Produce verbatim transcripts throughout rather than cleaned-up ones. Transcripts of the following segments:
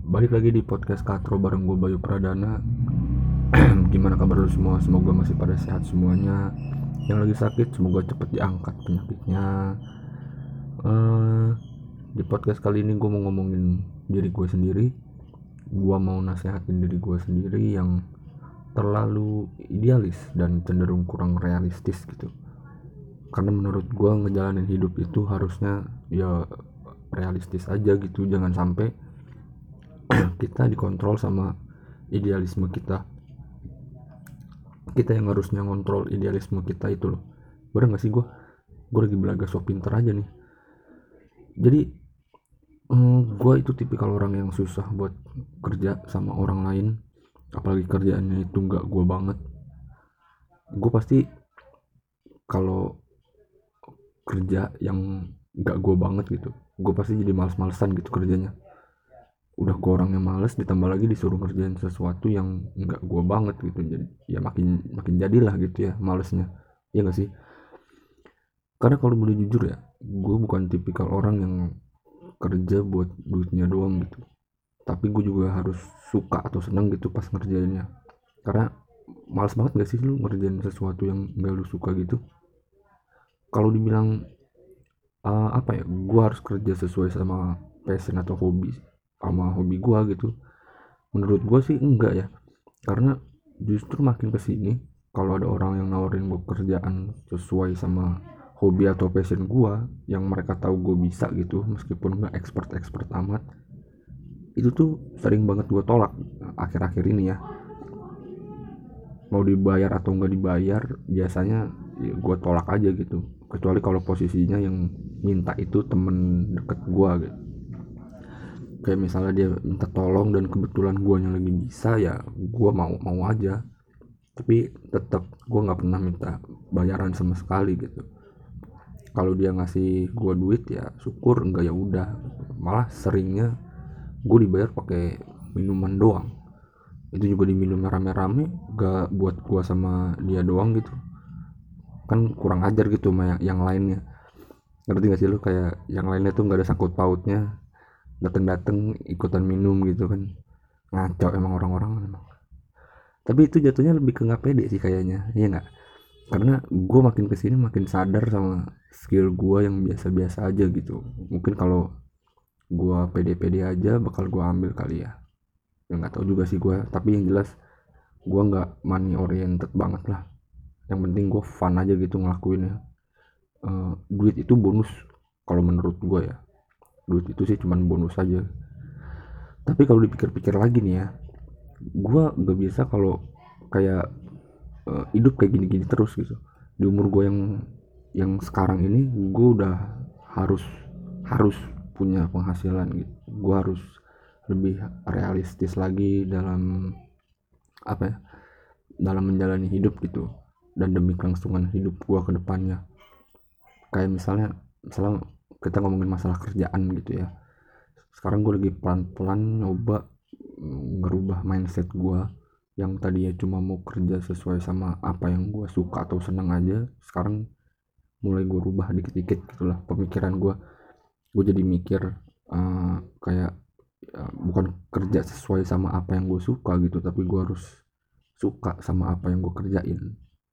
Balik lagi di podcast Katro bareng gue Bayu Pradana. Gimana kabar lu semua? Semoga masih pada sehat semuanya. Yang lagi sakit semoga cepet diangkat penyakitnya. Eh, di podcast kali ini gue mau ngomongin diri gue sendiri. Gue mau nasehatin diri gue sendiri yang terlalu idealis dan cenderung kurang realistis gitu. Karena menurut gue ngejalanin hidup itu harusnya ya realistis aja gitu. Jangan sampai kita dikontrol sama idealisme kita kita yang harusnya ngontrol idealisme kita itu loh. Bener gak sih? gue gue lagi belaga sok pinter aja nih. Jadi hmm, gue itu tipikal orang yang susah buat kerja sama orang lain, apalagi kerjaannya itu gak gue banget. Gue pasti kalau kerja yang gak gue banget gitu, gue pasti jadi males-malesan gitu kerjanya. Udah gue orangnya males, ditambah lagi disuruh ngerjain sesuatu yang nggak gue banget gitu, jadi ya makin makin jadilah gitu ya malesnya. Ya nggak sih? Karena kalau boleh jujur ya, gue bukan tipikal orang yang kerja buat duitnya doang gitu, tapi gue juga harus suka atau seneng gitu pas ngerjainnya. Karena males banget gak sih lu ngerjain sesuatu yang gak lu suka gitu. Kalau dibilang uh, apa ya, gue harus kerja sesuai sama passion atau hobi sama hobi gue gitu, menurut gue sih enggak ya. Karena justru makin kesini kalau ada orang yang nawarin gue kerjaan sesuai sama hobi atau passion gue yang mereka tahu gue bisa gitu, meskipun nggak expert-expert amat, itu tuh sering banget gue tolak akhir-akhir ini ya. Mau dibayar atau nggak dibayar biasanya ya gue tolak aja gitu, kecuali kalau posisinya yang minta itu temen deket gue gitu. Kayak misalnya dia minta tolong dan kebetulan guanya lagi bisa, ya gue mau mau aja. Tapi tetap gue nggak pernah minta bayaran sama sekali gitu. Kalau dia ngasih gue duit ya syukur, enggak ya udah. Malah seringnya gue dibayar pakai minuman doang, itu juga diminum rame-rame, gak buat gue sama dia doang gitu. Kan kurang ajar gitu sama yang lainnya. Ngerti gak sih lu? Kayak yang lainnya tuh nggak ada sangkut pautnya, dateng-dateng ikutan minum gitu kan. Ngaco emang orang-orang emang. Tapi itu jatuhnya lebih ke nggak pede sih kayaknya, iya nggak? Karena gue makin kesini makin sadar sama skill gue yang biasa-biasa aja gitu. Mungkin kalau gue pede-pede aja bakal gue ambil kali ya. Ya nggak tahu juga sih gue. Tapi yang jelas gue nggak money oriented banget lah. Yang penting gue fun aja gitu ngelakuinnya. Uh, duit itu bonus kalau menurut gue ya. Duit itu sih cuman bonus aja. Tapi kalau dipikir-pikir lagi nih ya, gue gak bisa kalau kayak uh, hidup kayak gini-gini terus gitu. Di umur gue yang yang sekarang ini gue udah harus harus punya penghasilan gitu. Gue harus lebih realistis lagi dalam apa ya, dalam menjalani hidup gitu, dan demi kelangsungan hidup gue ke depannya. Kayak misalnya misalnya kita ngomongin masalah kerjaan gitu ya. Sekarang gue lagi pelan-pelan nyoba mm, ngerubah mindset gue yang tadi ya cuma mau kerja sesuai sama apa yang gue suka atau senang aja. Sekarang mulai gue rubah dikit-dikit gitulah pemikiran gue. Gue jadi mikir uh, kayak uh, bukan kerja sesuai sama apa yang gue suka gitu, tapi gue harus suka sama apa yang gue kerjain.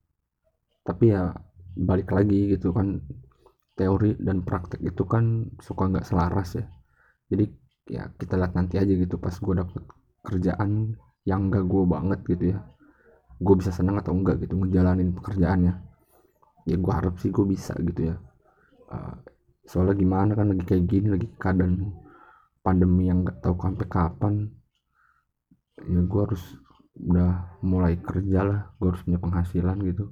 Tapi ya balik lagi gitu kan, teori dan praktek itu kan suka nggak selaras ya. Jadi ya kita lihat nanti aja gitu pas gue dapet kerjaan yang gak gue banget gitu ya, gue bisa senang atau enggak gitu ngejalanin pekerjaannya. Ya gue harap sih gue bisa gitu ya. Uh, soalnya gimana kan lagi kayak gini, lagi keadaan pandemi yang nggak tahu sampai kapan. Ya gue harus udah mulai kerja lah, gue harus punya penghasilan gitu.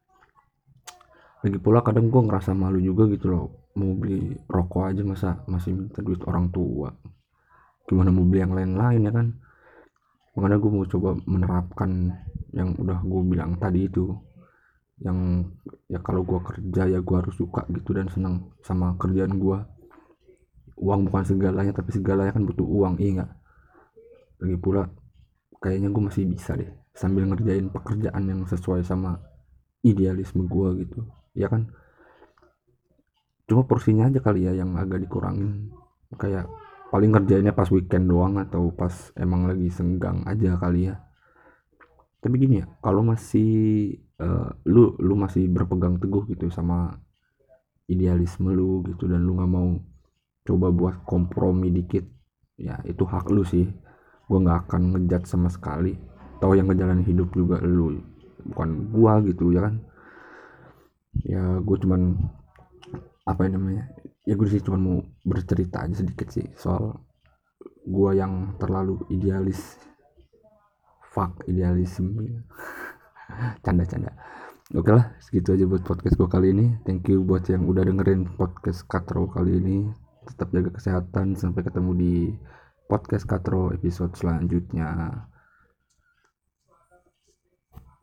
Lagi pula kadang gue ngerasa malu juga gitu loh, mau beli rokok aja masa masih minta duit orang tua, gimana mau beli yang lain-lain ya kan. Makanya gue mau coba menerapkan yang udah gue bilang tadi itu, yang ya kalau gue kerja ya gue harus suka gitu dan senang sama kerjaan gue. Uang bukan segalanya, tapi segalanya kan butuh uang, iya nggak? Lagi pula kayaknya gue masih bisa deh sambil ngerjain pekerjaan yang sesuai sama idealisme gue gitu, ya kan? Cuma porsinya aja kali ya yang agak dikurangin. Kayak paling ngerjainnya pas weekend doang atau pas emang lagi senggang aja kali ya. Tapi gini ya, kalau masih uh, lu lu masih berpegang teguh gitu sama idealisme lu gitu, dan lu nggak mau coba buat kompromi dikit, ya itu hak lu sih. Gue nggak akan ngejat sama sekali. Tahu yang ngejalanin hidup juga lu, bukan gua gitu ya kan. Ya gue cuman apa yang namanya, ya gue sih cuma mau bercerita aja sedikit sih soal gue yang terlalu idealis, fuck idealisme. Canda-canda. Oke lah, segitu aja buat podcast gue kali ini. Thank you buat yang udah dengerin podcast Katro kali ini. Tetap jaga kesehatan, sampai ketemu di podcast Katro episode selanjutnya.